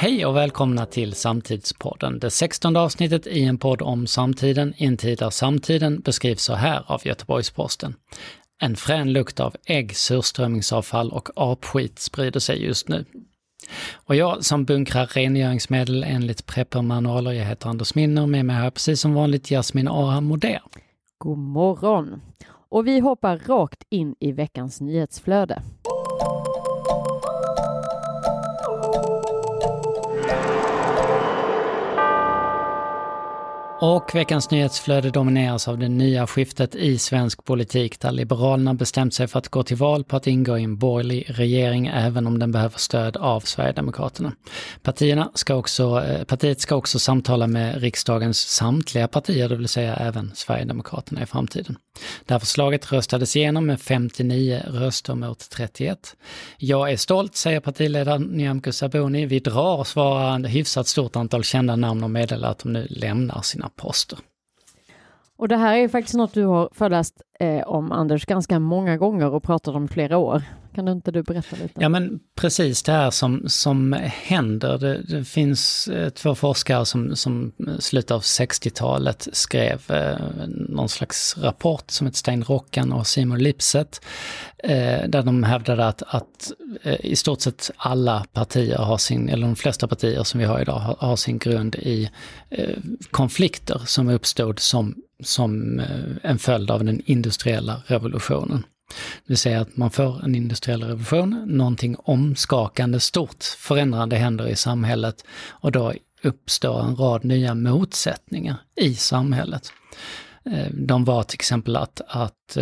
Hej och välkomna till Samtidspodden, det 16:e avsnittet i en podd om samtiden, i en tid där samtiden beskrivs så här av Göteborgs-Posten. En frän lukt av ägg, surströmmingsavfall och apskit sprider sig just nu. Och jag som bunkrar rengöringsmedel enligt preppermanualer, jag heter Anders Minner, med mig här precis som vanligt Jasmin A. Moder. God morgon! Och vi hoppar rakt in i veckans nyhetsflöde. Och veckans nyhetsflöde domineras av det nya skiftet i svensk politik där Liberalerna bestämt sig för att gå till val på att ingå i en borgerlig regering även om den behöver stöd av Sverigedemokraterna. Partiet ska också samtala med riksdagens samtliga partier, det vill säga även Sverigedemokraterna i framtiden. Det här förslaget röstades igenom med 59 röster mot 31. Jag är stolt, säger partiledaren Nyamko Sabuni. Vi drar, svarar en hyfsat stort antal kända namn och meddelar att de nu lämnar sina poster. Och det här är faktiskt något du har föreläst om, Anders, ganska många gånger och pratat om flera år. Kan inte du berätta lite? Ja, men precis det här som händer. Det finns två forskare som slutet av 60-talet skrev någon slags rapport som heter Stein Rockan och Simon Lipset, där de hävdade att i stort sett alla partier har eller de flesta partier som vi har idag har sin grund i konflikter som uppstod som en följd av den industriella revolutionen. Det vill säga att man får en industriell revolution, någonting omskakande, stort, förändrande händer i samhället och då uppstår en rad nya motsättningar i samhället. De var till exempel att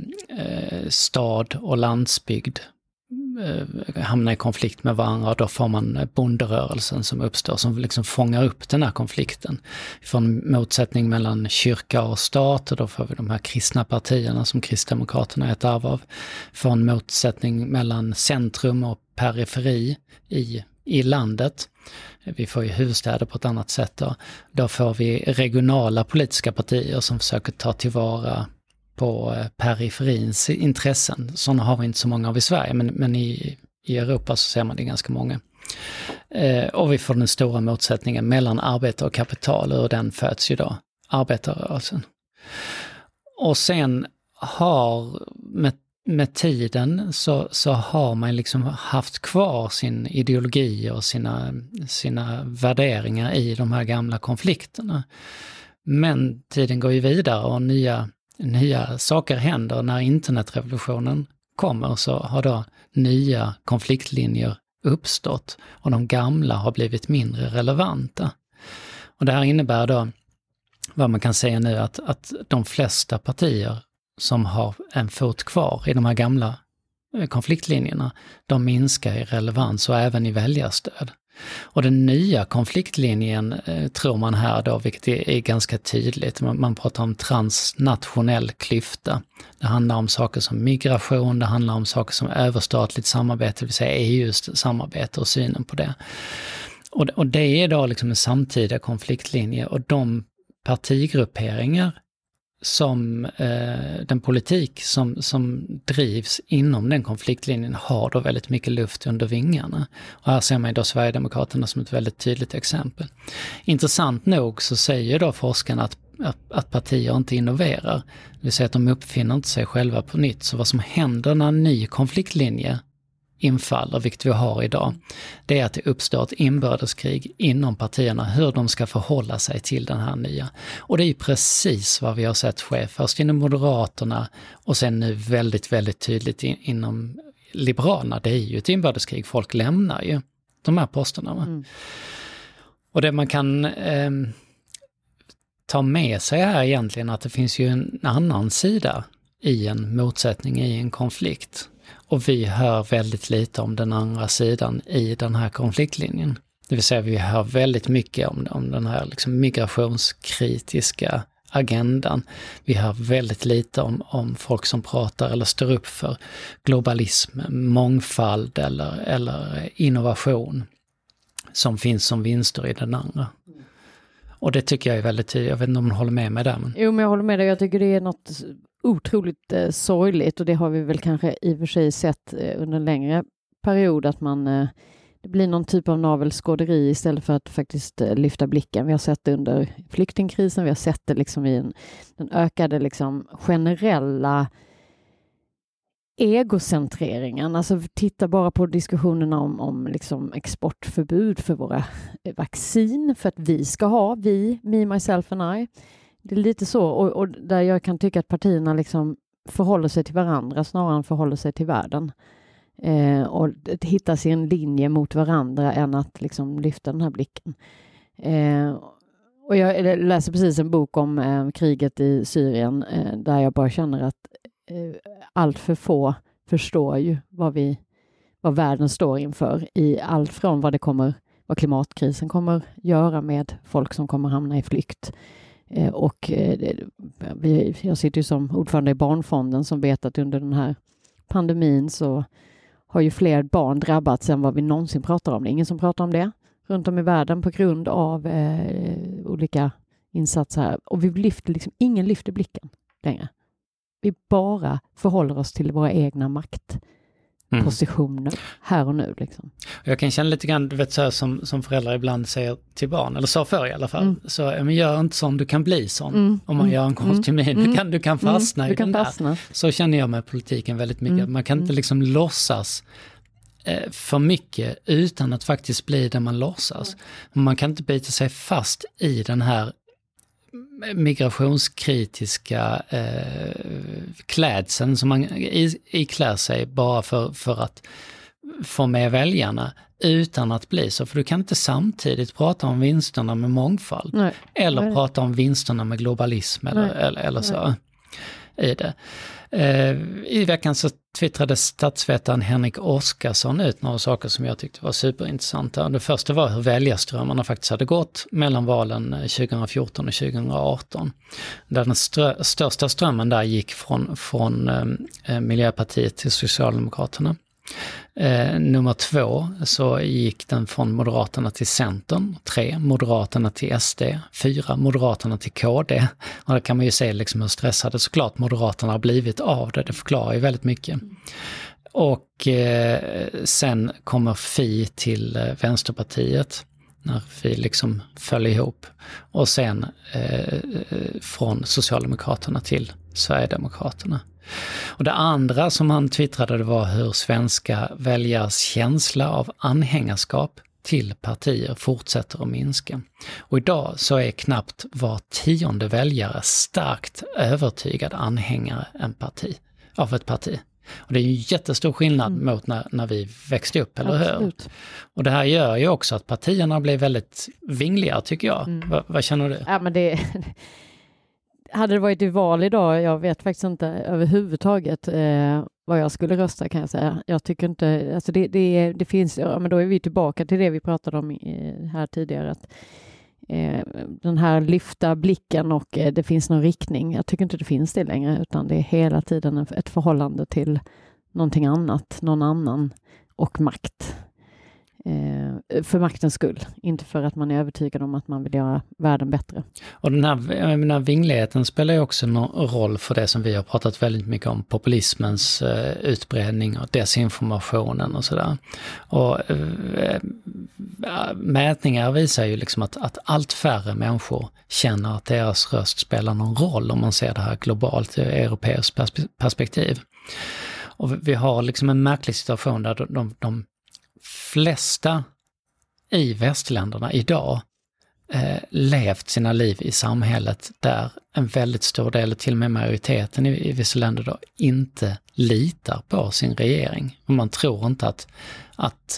stad och landsbygd hamnar i konflikt med varandra och då får man bonderörelsen som uppstår som liksom fångar upp den här konflikten. Vi får en motsättning mellan kyrka och stat och då får vi de här kristna partierna som Kristdemokraterna är ett arv av. Vi får en motsättning mellan centrum och periferi i landet. Vi får ju huvudstäder på ett annat sätt då får vi regionala politiska partier som försöker ta tillvara på periferins intressen. Sådana har vi inte så många av i Sverige, men i Europa så ser man det ganska många. Och vi får den stora motsättningen mellan arbete och kapital och den föds ju då arbetarrörelsen. Och sen med tiden så har man liksom haft kvar sin ideologi och sina värderingar i de här gamla konflikterna. Men tiden går ju vidare och nya saker händer. När internetrevolutionen kommer så har då nya konfliktlinjer uppstått och de gamla har blivit mindre relevanta. Och det här innebär då vad man kan säga nu att de flesta partier som har en fot kvar i de här gamla konfliktlinjerna, de minskar i relevans och även i väljarstöd. Och den nya konfliktlinjen tror man här då, vilket är ganska tydligt, man pratar om transnationell klyfta. Det handlar om saker som migration, det handlar om saker som överstatligt samarbete, det vill säga EUs samarbete och synen på det. Och det är då liksom en samtida konfliktlinje och de partigrupperingar som den politik som drivs inom den konfliktlinjen har då väldigt mycket luft under vingarna. Och här ser man då Sverigedemokraterna som ett väldigt tydligt exempel. Intressant nog så säger då forskarna att partier inte innoverar. Det vill säga att de uppfinner inte sig själva på nytt. Så vad som händer när en ny konfliktlinje infaller, vilket vi har idag, det är att det uppstår ett inbördeskrig inom partierna, hur de ska förhålla sig till den här nya. Och det är ju precis vad vi har sett ske först inom Moderaterna och sen nu väldigt, väldigt tydligt inom Liberalerna. Det är ju ett inbördeskrig, folk lämnar ju de här posterna. Va? Och det man kan ta med sig här egentligen att det finns ju en annan sida i en motsättning, i en konflikt. Och vi hör väldigt lite om den andra sidan i den här konfliktlinjen. Det vill säga vi hör väldigt mycket om den här liksom migrationskritiska agendan. Vi hör väldigt lite om folk som pratar eller står upp för globalism, mångfald eller innovation som finns som vinster i den andra. Och det tycker jag är väldigt tydligt. Jag vet inte om man håller med mig där. Men... Jo, men jag håller med dig. Jag tycker det är något otroligt sorgligt och det har vi väl kanske i och för sig sett under en längre period att man det blir någon typ av navelskåderi istället för att faktiskt lyfta blicken. Vi har sett det under flyktingkrisen, vi har sett det liksom i den ökade liksom generella egocentreringen. Alltså titta bara på diskussionerna om liksom exportförbud för våra vaccin för att vi ska ha, me, myself and I. Det är lite så, och där jag kan tycka att partierna liksom förhåller sig till varandra snarare än förhåller sig till världen. Och hitta sin linje mot varandra än att liksom lyfta den här blicken. Och jag läser precis en bok om kriget i Syrien där jag bara känner att allt för få förstår ju vad världen står inför i allt från vad klimatkrisen kommer göra med folk som kommer hamna i flykt. Jag sitter ju som ordförande i Barnfonden som vet att under den här pandemin så har ju fler barn drabbats än vad vi någonsin pratar om. Det är ingen som pratar om det runt om i världen på grund av olika insatser här. Och ingen lyfter blicken längre. Vi bara förhåller oss till våra egna maktpositioner här och nu. Liksom. Jag kan känna lite grann, du vet, så här, som föräldrar ibland säger till barn, eller sa förr i alla fall, så men gör inte sån, du kan bli sån. Om man gör en konstig min, du kan fastna i den där. Så känner jag med politiken väldigt mycket. Man kan inte liksom låtsas för mycket utan att faktiskt bli det man låtsas. Man kan inte bita sig fast i den här migrationskritiska klädseln som man iklär sig bara för att få med väljarna utan att bli så. För du kan inte samtidigt prata om vinsterna med mångfald eller prata om vinsterna med globalism eller så i det. I veckan så twittrade statsvetaren Henrik Oskarsson ut några saker som jag tyckte var superintressanta. Det första var hur väljarströmmarna faktiskt hade gått mellan valen 2014 och 2018. Där den största strömmen där gick från Miljöpartiet till Socialdemokraterna. Nummer 2 så gick den från Moderaterna till Centern, 3 Moderaterna till SD, 4 Moderaterna till KD. Och där kan man ju se liksom hur stressade såklart Moderaterna har blivit av det. Det förklarar ju väldigt mycket. Och sen kommer Fi till Vänsterpartiet när Fi liksom föll ihop. Och sen från Socialdemokraterna till Sverigedemokraterna. Och det andra som han twittrade det var hur svenska väljares känsla av anhängarskap till partier fortsätter att minska. Och idag så är knappt var 10:e väljare starkt övertygad anhängare av ett parti. Och det är ju en jättestor skillnad mot när vi växte upp, eller hur? Och det här gör ju också att partierna blir väldigt vingliga, tycker jag. Vad känner du? Ja, men hade det varit i val idag, jag vet faktiskt inte överhuvudtaget vad jag skulle rösta, kan jag säga. Jag tycker inte, alltså det finns, men då är vi tillbaka till det vi pratade om här tidigare, att den här lyfta blicken och det finns någon riktning. Jag tycker inte det finns det längre, utan det är hela tiden ett förhållande till någonting annat, någon annan och makt. För maktens skull, inte för att man är övertygad om att man vill göra världen bättre. Och den här vingligheten spelar ju också någon roll för det som vi har pratat väldigt mycket om, populismens utbredning och desinformationen och sådär. Och mätningar visar ju liksom att allt färre människor känner att deras röst spelar någon roll om man ser det här globalt, europeiskt perspektiv. Och vi har liksom en märklig situation där de flesta i västländerna idag levt sina liv i samhället där en väldigt stor del, till och med majoriteten i vissa länder då, inte litar på sin regering. Och man tror inte att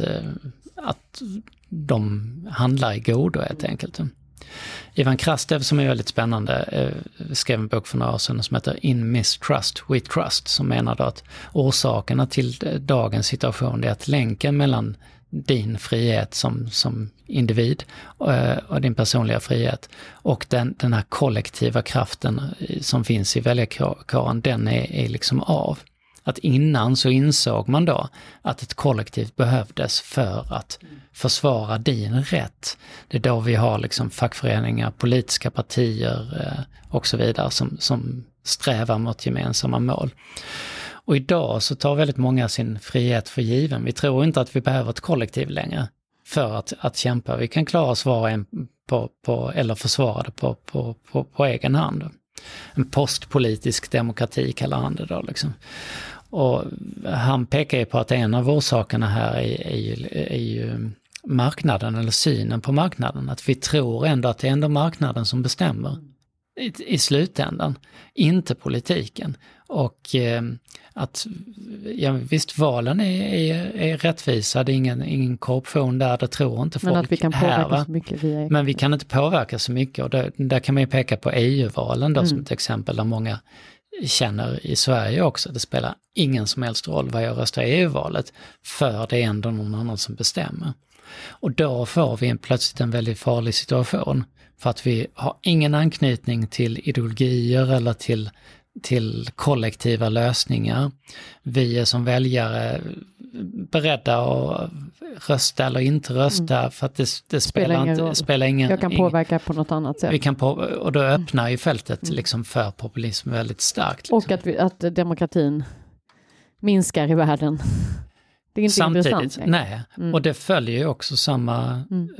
de handlar i godo, helt enkelt. Ivan Krastev, som är väldigt spännande, skrev en bok för några år sedan som heter In Mistrust We Trust, som menar att orsakerna till dagens situation är att länken mellan din frihet som individ och din personliga frihet och den här kollektiva kraften som finns i väljarkåren, den är liksom av. Att innan så insåg man då att ett kollektiv behövdes för att försvara din rätt. Det är då vi har liksom fackföreningar, politiska partier och så vidare som strävar mot gemensamma mål. Och idag så tar väldigt många sin frihet för given. Vi tror inte att vi behöver ett kollektiv längre. för att kämpa. Vi kan klara oss var och en på eller försvara det på egen hand. En postpolitisk demokrati kallar han det då liksom. Och han pekar ju på att en av orsakerna här är ju marknaden eller synen på marknaden. Att vi tror ändå att det är ändå marknaden som bestämmer i slutändan, inte politiken. Och att visst, valen är rättvisa, det är ingen korruption där, det tror inte folk. Men att vi kan påverka så mycket via. Men vi kan inte påverka så mycket, och där kan man ju peka på EU-valen då som ett exempel, där många känner i Sverige också, det spelar ingen som helst roll vad jag röstar i EU-valet, för det är ändå någon annan som bestämmer. Och då får vi plötsligt en väldigt farlig situation, för att vi har ingen anknytning till ideologier eller till kollektiva lösningar. Vi är som väljare beredda att rösta eller inte rösta, för att det spelar ingen roll. Jag kan påverka på något annat sätt. Och då öppnar ju fältet liksom för populism väldigt starkt. Liksom. Och att demokratin minskar i världen. Det är inte samtidigt, intressant. Nej, och det följer ju också samma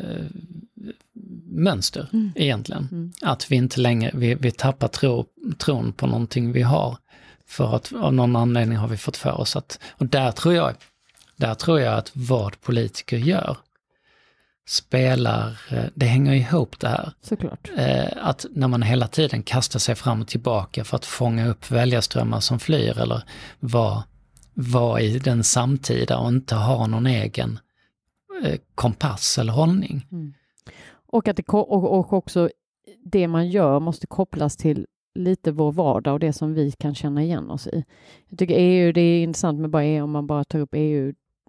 mönster egentligen. Att vi inte längre, vi tappar tron på någonting vi har, för att av någon anledning har vi fått för oss att, och där tror jag att vad politiker gör det hänger ihop det här. Såklart. Att när man hela tiden kastar sig fram och tillbaka för att fånga upp väljarströmmar som flyr, eller vara i den samtida och inte ha någon egen kompass eller hållning. Och att och också det man gör måste kopplas till lite vår vardag och det som vi kan känna igen oss i. Jag tycker EU, det är intressant med bara EU, om man bara tar upp EU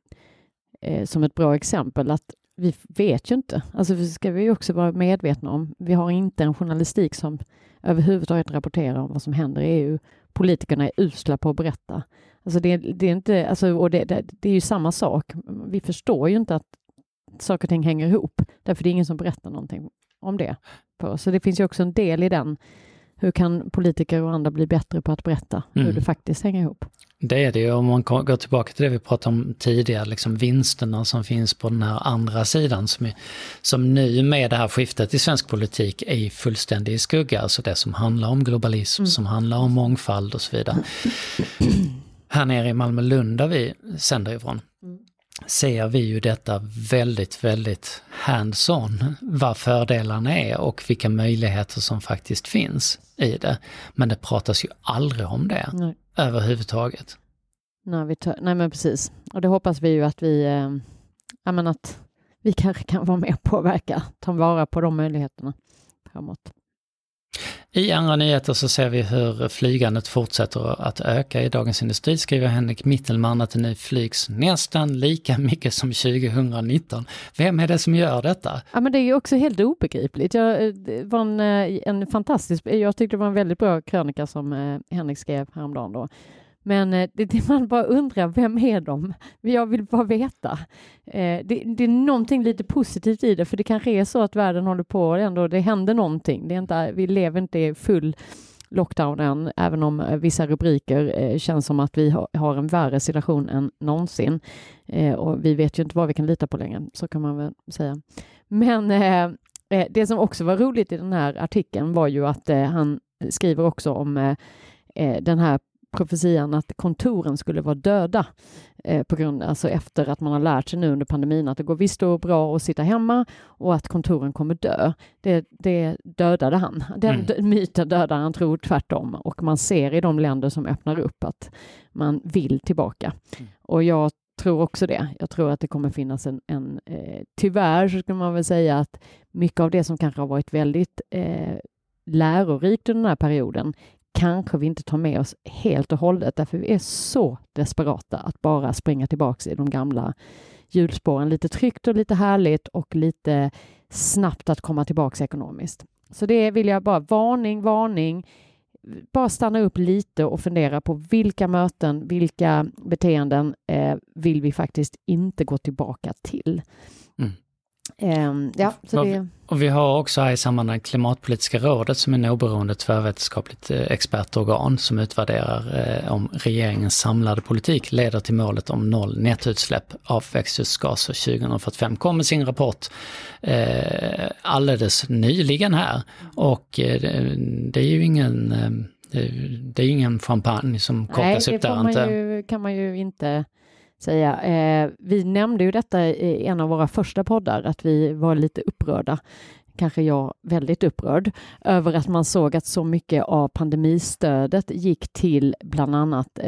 som ett bra exempel, att vi vet ju inte. Alltså det ska vi också vara medvetna om. Vi har inte en journalistik som överhuvudtaget rapporterar om vad som händer i EU. Politikerna är usla på att berätta. Alltså det är inte, alltså, och det är ju samma sak. Vi förstår ju inte att saker och ting hänger ihop. Därför det är ingen som berättar någonting om det för oss. Så det finns ju också en del i den. Hur kan politiker och andra bli bättre på att berätta hur det faktiskt hänger ihop? Det är det ju, om man går tillbaka till det vi pratade om tidigare, liksom vinsterna som finns på den här andra sidan, som nu med det här skiftet i svensk politik är fullständig i skugga, alltså det som handlar om globalism, som handlar om mångfald och så vidare. Här nere i Malmö-Lund där vi sänder ifrån, ser vi ju detta väldigt, väldigt hands-on, vad fördelarna är och vilka möjligheter som faktiskt finns i det. Men det pratas ju aldrig om det överhuvudtaget. Nej men precis. Och det hoppas vi ju att att vi kanske kan vara med och påverka, ta vara på de möjligheterna framåt. I andra nyheter så ser vi hur flygandet fortsätter att öka. I Dagens Industri skriver Henrik Mittelman att det nu flygs nästan lika mycket som 2019. Vem är det som gör detta? Ja, men det är ju också helt obegripligt. Det var en fantastisk, jag tyckte det var en väldigt bra krönika som Henrik skrev häromdagen då. Men det man bara undrar, vem är de? Jag vill bara veta. Det är någonting lite positivt i det, för det kanske är så att världen håller på ändå, det händer någonting. Det är inte, vi lever inte i full lockdown än, även om vissa rubriker känns som att vi har en värre situation än någonsin. Och vi vet ju inte vad vi kan lita på längre, så kan man väl säga. Men det som också var roligt i den här artikeln var ju att han skriver också om den här profetian att kontoren skulle vara döda på grund, alltså efter att man har lärt sig nu under pandemin att det går visst och bra att sitta hemma och att kontoren kommer dö. Det dödade han. Den myten dödade han, tror tvärtom. Och man ser i de länder som öppnar upp att man vill tillbaka. Och jag tror också det. Jag tror att det kommer finnas en tyvärr så skulle man väl säga att mycket av det som kanske har varit väldigt lärorikt under den här perioden kanske vi inte tar med oss helt och hållet, därför vi är så desperata att bara springa tillbaka i de gamla hjulspåren. Lite tryggt och lite härligt och lite snabbt att komma tillbaka ekonomiskt. Så det vill jag bara, varning. Bara stanna upp lite och fundera på vilka möten, vilka beteenden vill vi faktiskt inte gå tillbaka till. Och vi har också här i sammanhang Klimatpolitiska rådet som är en oberoende tvärvetenskapligt expertorgan som utvärderar om regeringens samlade politik leder till målet om 0 nettoutsläpp av växthusgaser 2045. Kom med sin rapport alldeles nyligen här, och det är ju ingen champagne som kokas upp där. Nej, det kan man ju inte säga. Vi nämnde ju detta i en av våra första poddar, att vi var lite upprörda, kanske jag väldigt upprörd, över att man såg att så mycket av pandemistödet gick till bland annat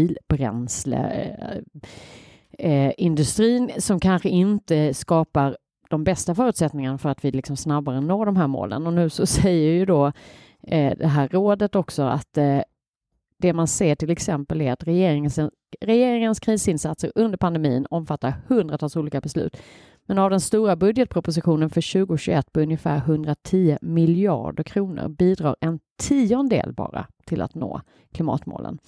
fossilbränsleindustrin som kanske inte skapar de bästa förutsättningarna för att vi liksom snabbare når de här målen. Och nu så säger ju då det här rådet också att det man ser till exempel är att regeringens krisinsatser under pandemin omfattar hundratals olika beslut. Men av den stora budgetpropositionen för 2021 på ungefär 110 miljarder kronor bidrar en 10% bara till att nå klimatmålen.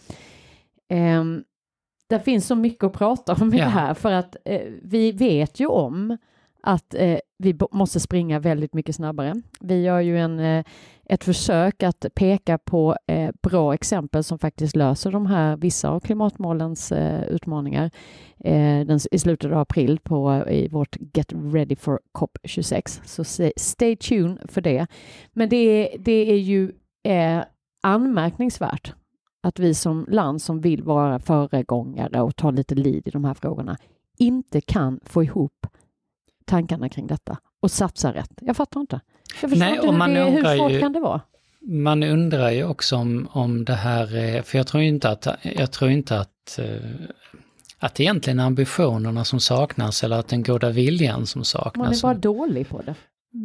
Det finns så mycket att prata om i det här, för att vi vet ju om att vi måste springa väldigt mycket snabbare. Vi gör ju ett försök att peka på bra exempel som faktiskt löser de här vissa av klimatmålens utmaningar i slutet av april i vårt Get Ready for COP26. Så stay tuned för det. Men det är ju anmärkningsvärt att vi som land som vill vara föregångare och ta lite lead i de här frågorna inte kan få ihop tankarna kring detta och satsa rätt. Jag fattar inte. Jag förstår inte hur svårt kan det vara? Man undrar ju också om det här, för jag tror inte att det egentligen är ambitionerna som saknas eller att den goda viljan som saknas. Man är bara dålig på det.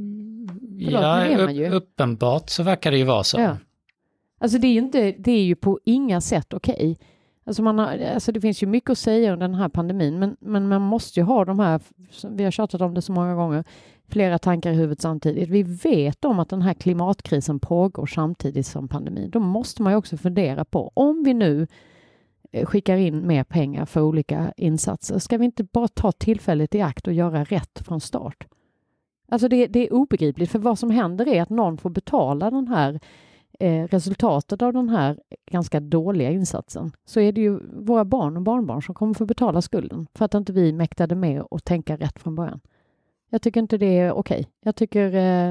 Uppenbart så verkar det ju vara så. Ja. Alltså det är ju på inga sätt okej. Alltså det finns ju mycket att säga under den här pandemin, men man måste ju ha de här, vi har tjatat om det så många gånger, flera tankar i huvudet samtidigt. Vi vet om att den här klimatkrisen pågår samtidigt som pandemin. Då måste man ju också fundera på, om vi nu skickar in mer pengar för olika insatser, ska vi inte bara ta tillfället i akt och göra rätt från start? Alltså det är obegripligt, för vad som händer är att någon får betala den här resultatet av den här ganska dåliga insatsen, så är det ju våra barn och barnbarn som kommer få betala skulden för att inte vi mäktade med att tänka rätt från början. Jag tycker inte det är okej. Jag tycker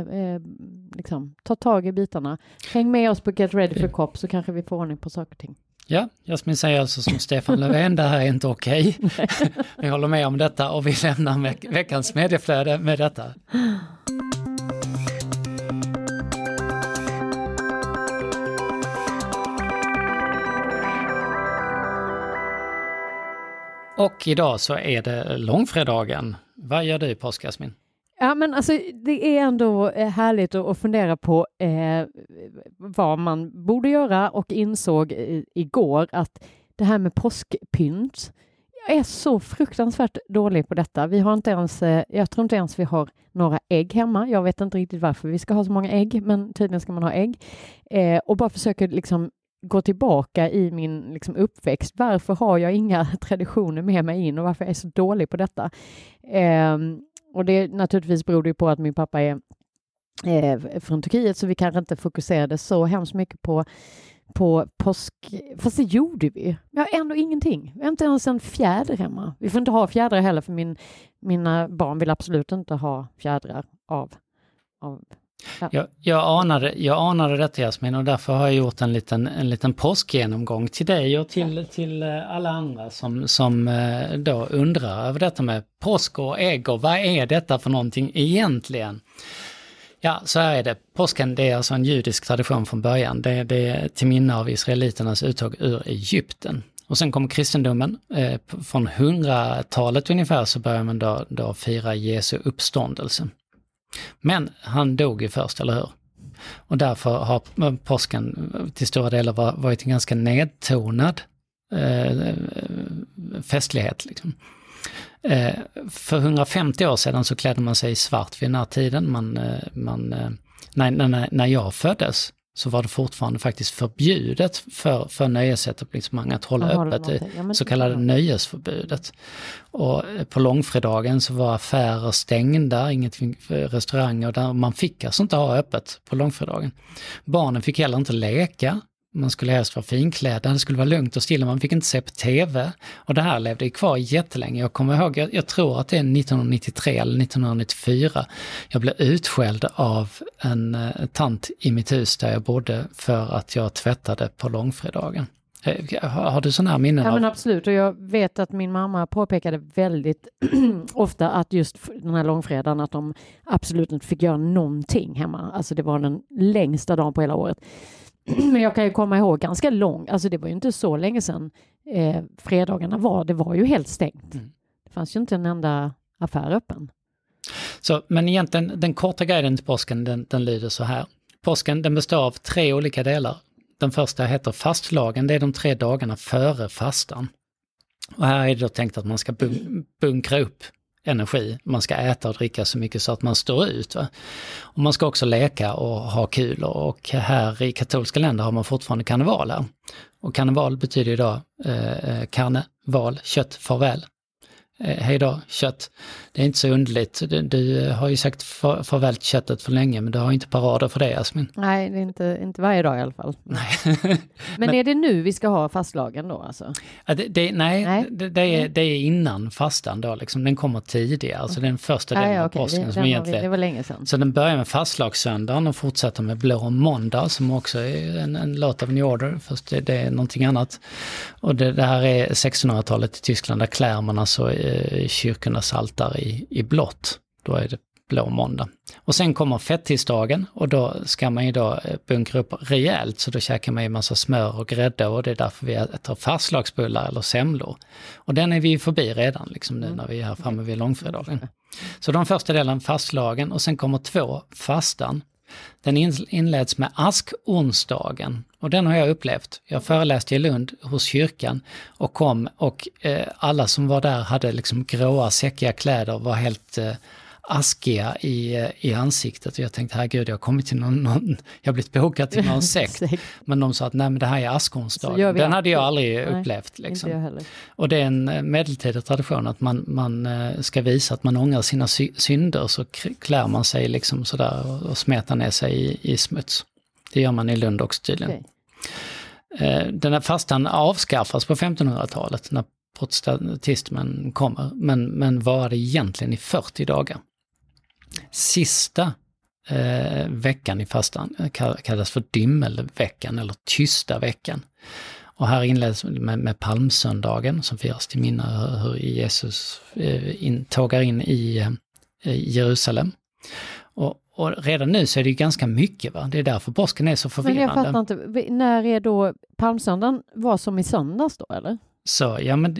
ta tag i bitarna. Häng med oss på Get Ready for COP så kanske vi får ordning på saker och ting. Ja, Jasmin säger alltså som Stefan Löfven, det här är inte okej. Vi håller med om detta och vi lämnar veckans medieflöde med detta. Och idag så är det långfredagen. Vad gör du i påsk, Jasmin? Ja, men alltså det är ändå härligt att fundera på vad man borde göra, och insåg igår att det här med påskpynt, jag är så fruktansvärt dålig på detta. Vi har inte ens, jag tror inte ens vi har några ägg hemma. Jag vet inte riktigt varför vi ska ha så många ägg, men tydligen ska man ha ägg. Och bara försöker gå tillbaka i min uppväxt. Varför har jag inga traditioner med mig in och varför är jag så dålig på detta? Och det naturligtvis beror det på att min pappa är från Turkiet, så vi kanske inte fokuserade så hemskt mycket på påsk. Fast det gjorde vi. Jag har ändå ingenting. Vi har inte ens en fjäder hemma. Vi får inte ha fjädrar heller, för mina barn vill absolut inte ha fjädrar av. Ja. Jag anade detta, Jasmin, och därför har jag gjort en liten påskgenomgång till dig och till alla andra som då undrar över detta med påsk och ägg, och vad är detta för någonting egentligen? Ja, så här är det. Påsken, det är alltså en judisk tradition från början. Det är till minne av israeliternas uttåg ur Egypten. Och sen kom kristendomen. Från 100-talet ungefär så börjar man då fira Jesu uppståndelse. Men han dog ju först, eller hur? Och därför har påsken till stora delar varit en ganska nedtonad festlighet. För 150 år sedan så klädde man sig i svart vid den här tiden. När jag föddes så var det fortfarande faktiskt förbjudet för nöjesetablissemang att hålla öppet, så kallade nöjesförbudet. Och på långfredagen så var affärer stängda, inget restauranger, där man fick alltså inte ha öppet på långfredagen. Barnen fick heller inte leka. Man skulle helst vara finklädda, det skulle vara lugnt och stilla, man fick inte se på tv. Och det här levde kvar jättelänge. Jag kommer ihåg, jag tror att det är 1993 eller 1994. Jag blev utskälld av en tant i mitt hus där jag bodde för att jag tvättade på långfredagen. Har du sådana här minnen? Ja, men absolut. Och jag vet att min mamma påpekade väldigt ofta att just den här långfredagen att de absolut inte fick göra någonting hemma. Alltså det var den längsta dagen på hela året. Men jag kan ju komma ihåg ganska långt, alltså det var ju inte så länge sedan fredagarna det var ju helt stängt. Det fanns ju inte en enda affär öppen. Så, men egentligen den korta guiden till påsken den lyder så här. Påsken den består av 3 olika delar. Den första heter fastlagen, det är de 3 dagarna före fastan. Och här är det då tänkt att man ska bunkra upp energi. Man ska äta och dricka så mycket så att man står ut. Va? Och man ska också leka och ha kul. Och här i katolska länder har man fortfarande karneval här. Och karneval betyder ju då karneval, kött, farväl. Hej då, kött. Det är inte så underligt. Du har ju sagt farväl till köttet för länge, men du har inte parader för det, Jasmin. Nej, det är inte varje dag i alla fall. Nej. Men är det nu vi ska ha fastlagen då? Alltså? Det är innan fastan då, liksom. Den kommer tidigare. Alltså den första delen av påsken. Det var länge sedan. Så den börjar med fastlagssöndagen och fortsätter med blå måndag som också är en låt av New Order, fast det är någonting annat. Och det här är 1600-talet i Tyskland, där klär man alltså kyrkornas altare i blått. Då är det blå måndag. Och sen kommer fettisdagen och då ska man ju då bunkra upp rejält, så då käkar man ju massa smör och grädde och det är därför vi äter fastlagsbullar eller semlor. Och den är vi förbi redan liksom nu när vi är här framme vid långfredagen. Så de första delen fastlagen och sen kommer 2 fastan. Den inleds med askonsdagen och den har jag upplevt. Jag föreläste i Lund hos kyrkan och kom och alla som var där hade liksom gråa, säckiga kläder och var helt askiga i ansiktet. Och jag tänkte, herregud, jag har kommit till jag har blivit bokad till någon sekt. Men de sa att nej, men det här är askonsdagen. Den hade jag aldrig upplevt. Liksom. Inte jag heller. Och det är en medeltida tradition att man ska visa att man ångrar sina synder, så klär man sig liksom sådär och smetar ner sig i smuts. Det gör man i Lund också tydligen. Okay. Den här fastan avskaffas på 1500-talet när protestantismen kommer, men var det egentligen i 40 dagar. Sista veckan i fastan kallas för dymmelveckan eller tysta veckan. Och här inleds med palmsöndagen som firas till minne hur Jesus tågar in i Jerusalem. Och redan nu så är det ju ganska mycket, va? Det är därför påsken är så förvirrande. Men jag fattar inte, när är då palmsöndagen var som i söndags då, eller? Så,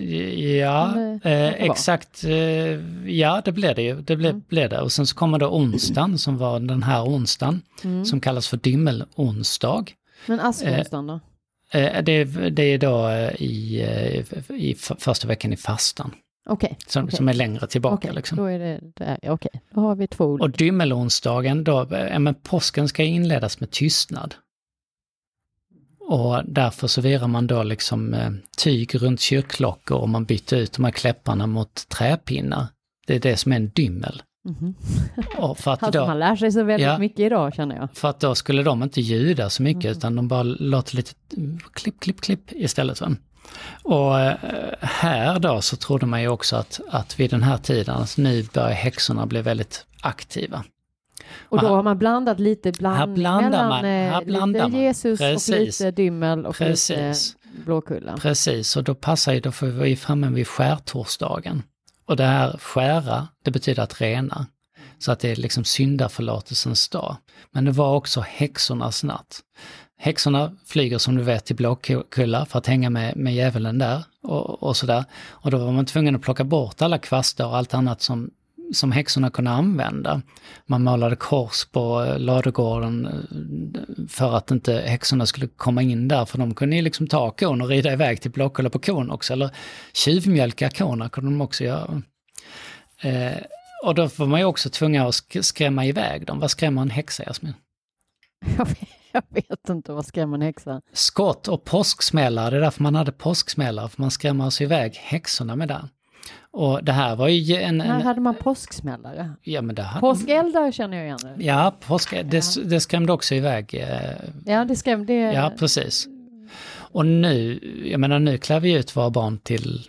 exakt, det blev det ju, blev det. Och sen så kommer då onsdagen som var den här onsdagen som kallas för dymmelonsdag. Men askonsdagen då? Det är då i första veckan i fastan. Okay. Som är längre tillbaka. Liksom. Då är det där. Okej, då har vi 2 olika. Och dymmelonsdagen då, men påsken ska inledas med tystnad. Och därför så virar man då liksom tyg runt kyrkklockor och man byter ut de här kläpparna mot träpinnar. Det är det som är en dymmel. Mm-hmm. Och för att alltså då, man lär sig så väldigt mycket idag, känner jag. För att då skulle de inte ljuda så mycket utan de bara låter lite klipp istället. Va? Och här då så trodde man ju också att vid den här tiden, alltså nu börjar häxorna bli väldigt aktiva. Och då har man blandat lite mellan lite Jesus precis. Och lite dymmel och lite blåkulla. Precis, och då får vi framme vid skärtorsdagen. Och det här skära, det betyder att rena. Så att det är liksom syndaförlåtelsens dag. Men det var också häxornas natt. Häxorna flyger som du vet till Blåkulla för att hänga med djävulen där och sådär. Och då var man tvungen att plocka bort alla kvastar och allt annat som häxorna kunde använda. Man målade kors på ladugården för att inte häxorna skulle komma in där, för de kunde ju liksom ta kon och rida iväg till Blåkulla på kon också, eller tjuvmjölka korna kunde de också göra. Och då var man ju också tvungen att skrämma iväg dem. Vad skrämmer en häxa, Jasmin? Jag vet inte, vad skrämmer en häxa? Skott och påsksmällar, det är därför man hade påsksmällar, för man skrämmer sig iväg häxorna med det. Och det här var ju Här hade man påsksmällare. Ja, men det hade... Påskeldar känner jag igen. Ja, det skrämde också iväg. Ja, det skrämde. Ja, precis. Och nu, jag menar, nu klär vi ut våra barn till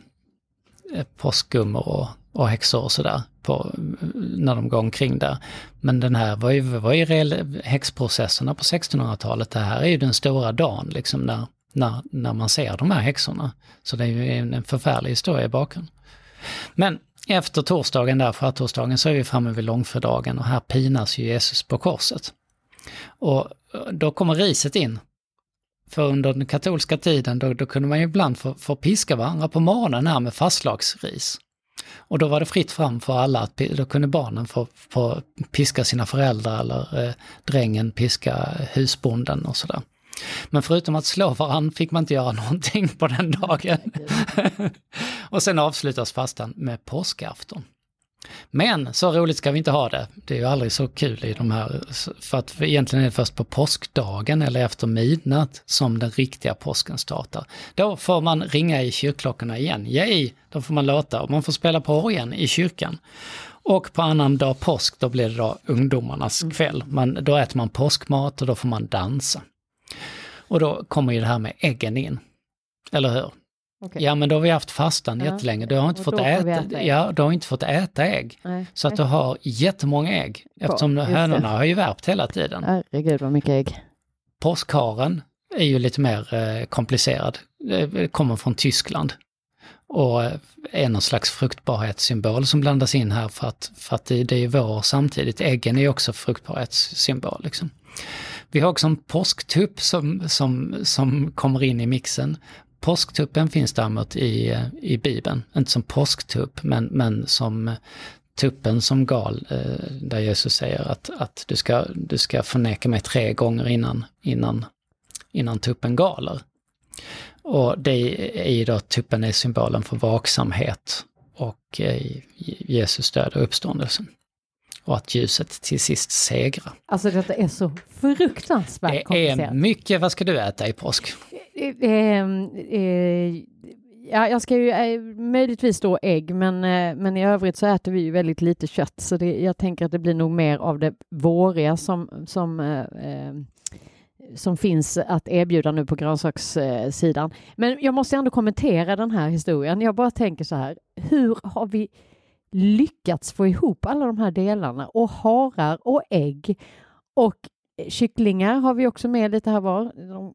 påskgummor och häxor och sådär när de går omkring där. Men den här var ju häxprocesserna på 1600-talet. Det här är ju den stora dagen liksom när man ser de här häxorna. Så det är ju en förfärlig historia i bakgrunden. Men efter torsdagen där, förtorsdagen, så är vi framme vid långfredagen och här pinas ju Jesus på korset. Och då kommer riset in. För under den katolska tiden då kunde man ju ibland få piska varandra på morgonen här med fastlagsris. Och då var det fritt fram för alla, att då kunde barnen få piska sina föräldrar eller drängen piska husbonden och sådär. Men förutom att slå varandra fick man inte göra någonting på den dagen. Och sen avslutas fastan med påskafton. Men så roligt ska vi inte ha det. Det är ju aldrig så kul i de här, för att egentligen är det först på påskdagen eller efter midnatt som den riktiga påsken startar. Då får man ringa i kyrkklockorna igen. Yay! Då får man låta och man får spela på orgeln i kyrkan. Och på annan dag påsk, då blir det då ungdomarnas kväll. Då äter man påskmat och då får man dansa. Och då kommer ju det här med äggen in. Eller hur? Okay. Ja, men då har vi haft fastan jättelänge. Du har inte fått äta ägg. Nej. Så att du har jättemånga ägg. Eftersom hönorna har ju värpt hela tiden. Herregud, vad mycket ägg. Påskharen är ju lite mer komplicerad. Det kommer från Tyskland. Och är någon slags fruktbarhetssymbol som blandas in här för att det är vår samtidigt. Äggen är också fruktbarhetssymbol liksom. Vi har också en påsktupp som kommer in i mixen. Påsktuppen finns däremot i Bibeln, inte som påsktupp men som tuppen som gal, där Jesus säger att du ska förneka mig 3 gånger innan tuppen galer. Och det är ju då, tuppen är symbolen för vaksamhet och Jesus död och uppståndelsen. Och att ljuset till sist segrar. Alltså detta är så fruktansvärt komplicerat. Det är mycket. Vad ska du äta i påsk? Ja, jag ska ju möjligtvis då ägg, men i övrigt så äter vi ju väldigt lite kött. Så jag tänker att det blir nog mer av det våriga som finns att erbjuda nu på grönsakssidan. Men jag måste ändå kommentera den här historien. Jag bara tänker så här, hur har vi lyckats få ihop alla de här delarna? Och harar och ägg och kycklingar har vi också med lite här var.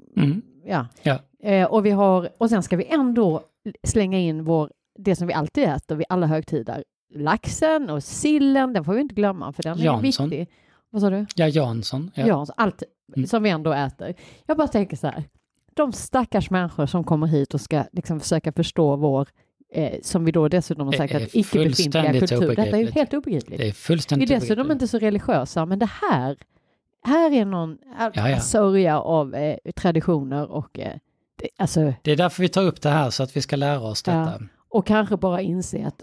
Ja. Och sen ska vi ändå slänga in det som vi alltid äter vid alla högtider. Laxen och sillen, den får vi inte glömma för den är viktig. Vad sa du? Ja, Jansson. Ja. Jansson, allt som vi ändå äter. Jag bara tänker så här, de stackars människor som kommer hit och ska liksom försöka förstå vår som vi då dessutom har sagt att icke-befintliga kultur. Detta är ju helt obegripligt. Det är fullständigt vi är dessutom inte så religiösa, men det här är någon sörja av traditioner och alltså... Det är därför vi tar upp det här, så att vi ska lära oss detta. Ja, och kanske bara inse att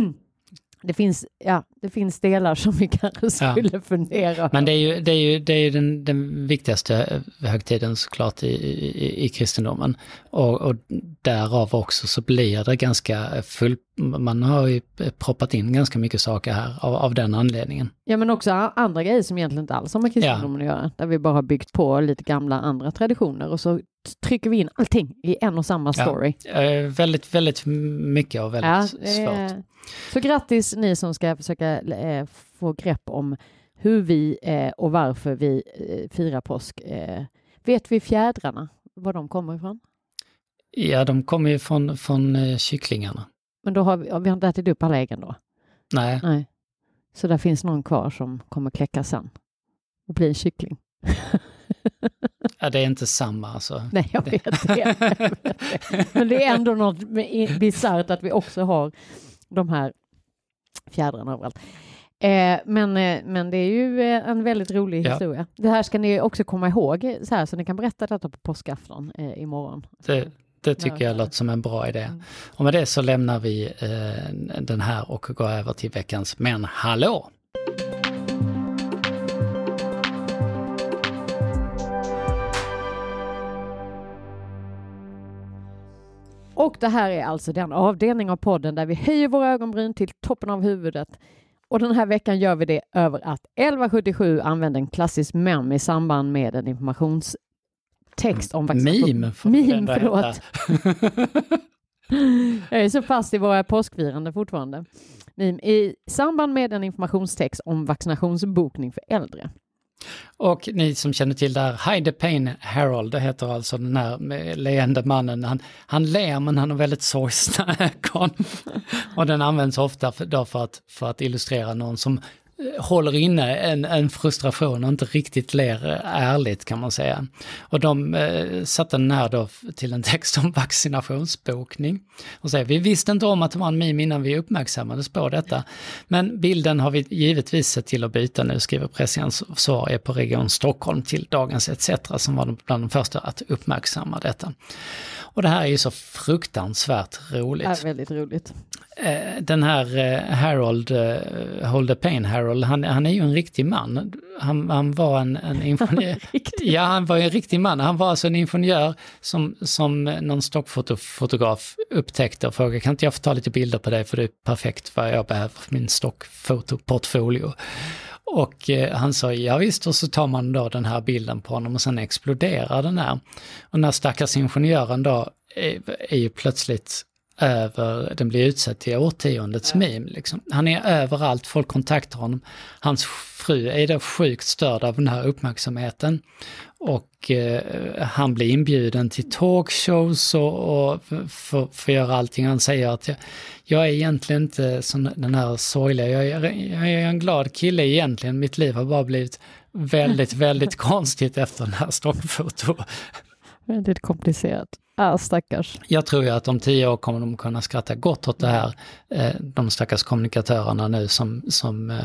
det finns delar som vi kanske skulle fundera. Men det är ju den viktigaste högtiden såklart i kristendomen. Och därav också så blir det ganska man har ju proppat in ganska mycket saker här av den anledningen. Ja, men också andra grejer som egentligen inte alls har med kristendomen att göra. Där vi bara har byggt på lite gamla andra traditioner och så trycker vi in allting i en och samma story. Väldigt, väldigt mycket och väldigt svårt. Så grattis ni som ska försöka få grepp om hur vi och varför vi firar påsk. Vet vi fjädrarna, var de kommer ifrån? Ja, de kommer ju från kycklingarna. Men då har vi har inte ätit upp alla äggen då? Nej. Så där finns någon kvar som kommer kläcka sen och bli en kyckling. Ja, det är inte samma alltså. Nej, jag vet det. Men det är ändå något bisarrt att vi också har de här fjädrarna överallt. Men det är ju en väldigt rolig historia. Det här ska ni också komma ihåg så ni kan berätta detta på påskafton imorgon. Det tycker jag låter som en bra idé. Och med det så lämnar vi den här och går över till veckans Men hallå! Och det här är alltså den avdelning av podden där vi höjer våra ögonbryn till toppen av huvudet. Och den här veckan gör vi det över att 1177 använder en klassisk mem i samband med en informationstext om vaccination. Meme, förlåt. Jag är så fast i våra påskvirande fortfarande. Meme i samband med en informationstext om vaccinationsbokning för äldre. Och ni som känner till det här, Hide the Pain Harold, det heter alltså den här leende mannen. Han ler men han har väldigt sorgsna ögon. Och den används ofta för att illustrera någon som håller inne en frustration och inte riktigt ler ärligt, kan man säga. Och de satte den här då till en text om vaccinationsbokning och säger: vi visste inte om att det var en meme innan vi uppmärksammades på detta, men bilden har vi givetvis sett till att byta nu, skriver pressansvarig på Region Stockholm till Dagens ETC, som var bland de första att uppmärksamma detta. Och det här är ju så fruktansvärt roligt. Det är väldigt roligt. Den här Harold, Hold the Pain Harold, han är ju en riktig man. Han var en ingenjör. Ja, han var en riktig man. Han var alltså en ingenjör som någon stockfotograf upptäckte och frågade: kan inte jag få ta lite bilder på dig, för det är perfekt vad jag behöver för min stockfotoportfolio. Och han sa ja visst, och så tar man då den här bilden på honom och sen exploderar den här. Och den här stackars ingenjören då är ju plötsligt den blir utsedd till årtiondets meme. Liksom. Han är överallt, folk kontaktar honom. Hans fru är då sjukt störd av den här uppmärksamheten. Och han blir inbjuden till talkshows och för att göra allting. Han säger att jag är egentligen inte som den här sorgliga. Jag är en glad kille egentligen. Mitt liv har bara blivit väldigt, väldigt konstigt efter den här stockfoto. Väldigt komplicerat. Stackars. Jag tror ju att om 10 år kommer de kunna skratta gott åt det här. De stackars kommunikatörerna nu som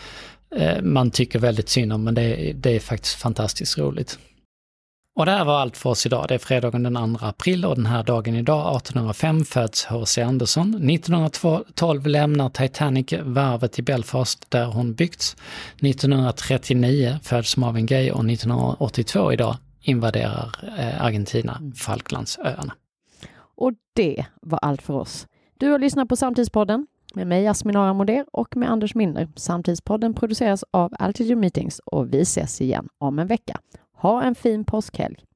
man tycker väldigt synd om, men det är faktiskt fantastiskt roligt. Och det här var allt för oss idag. Det är fredagen den 2 april och den här dagen idag, 1805, föds H.C. Andersen. 1912 lämnar Titanic varvet i Belfast där hon byggts. 1939 föds Marvin Gaye och 1982 idag invaderar Argentina Falklandsöarna. Och det var allt för oss. Du har lyssnat på Samtidspodden med mig, Jasmin Aramodér, och med Anders Minder. Samtidspodden produceras av Altitude Meetings och vi ses igen om en vecka. Ha en fin påskhelg.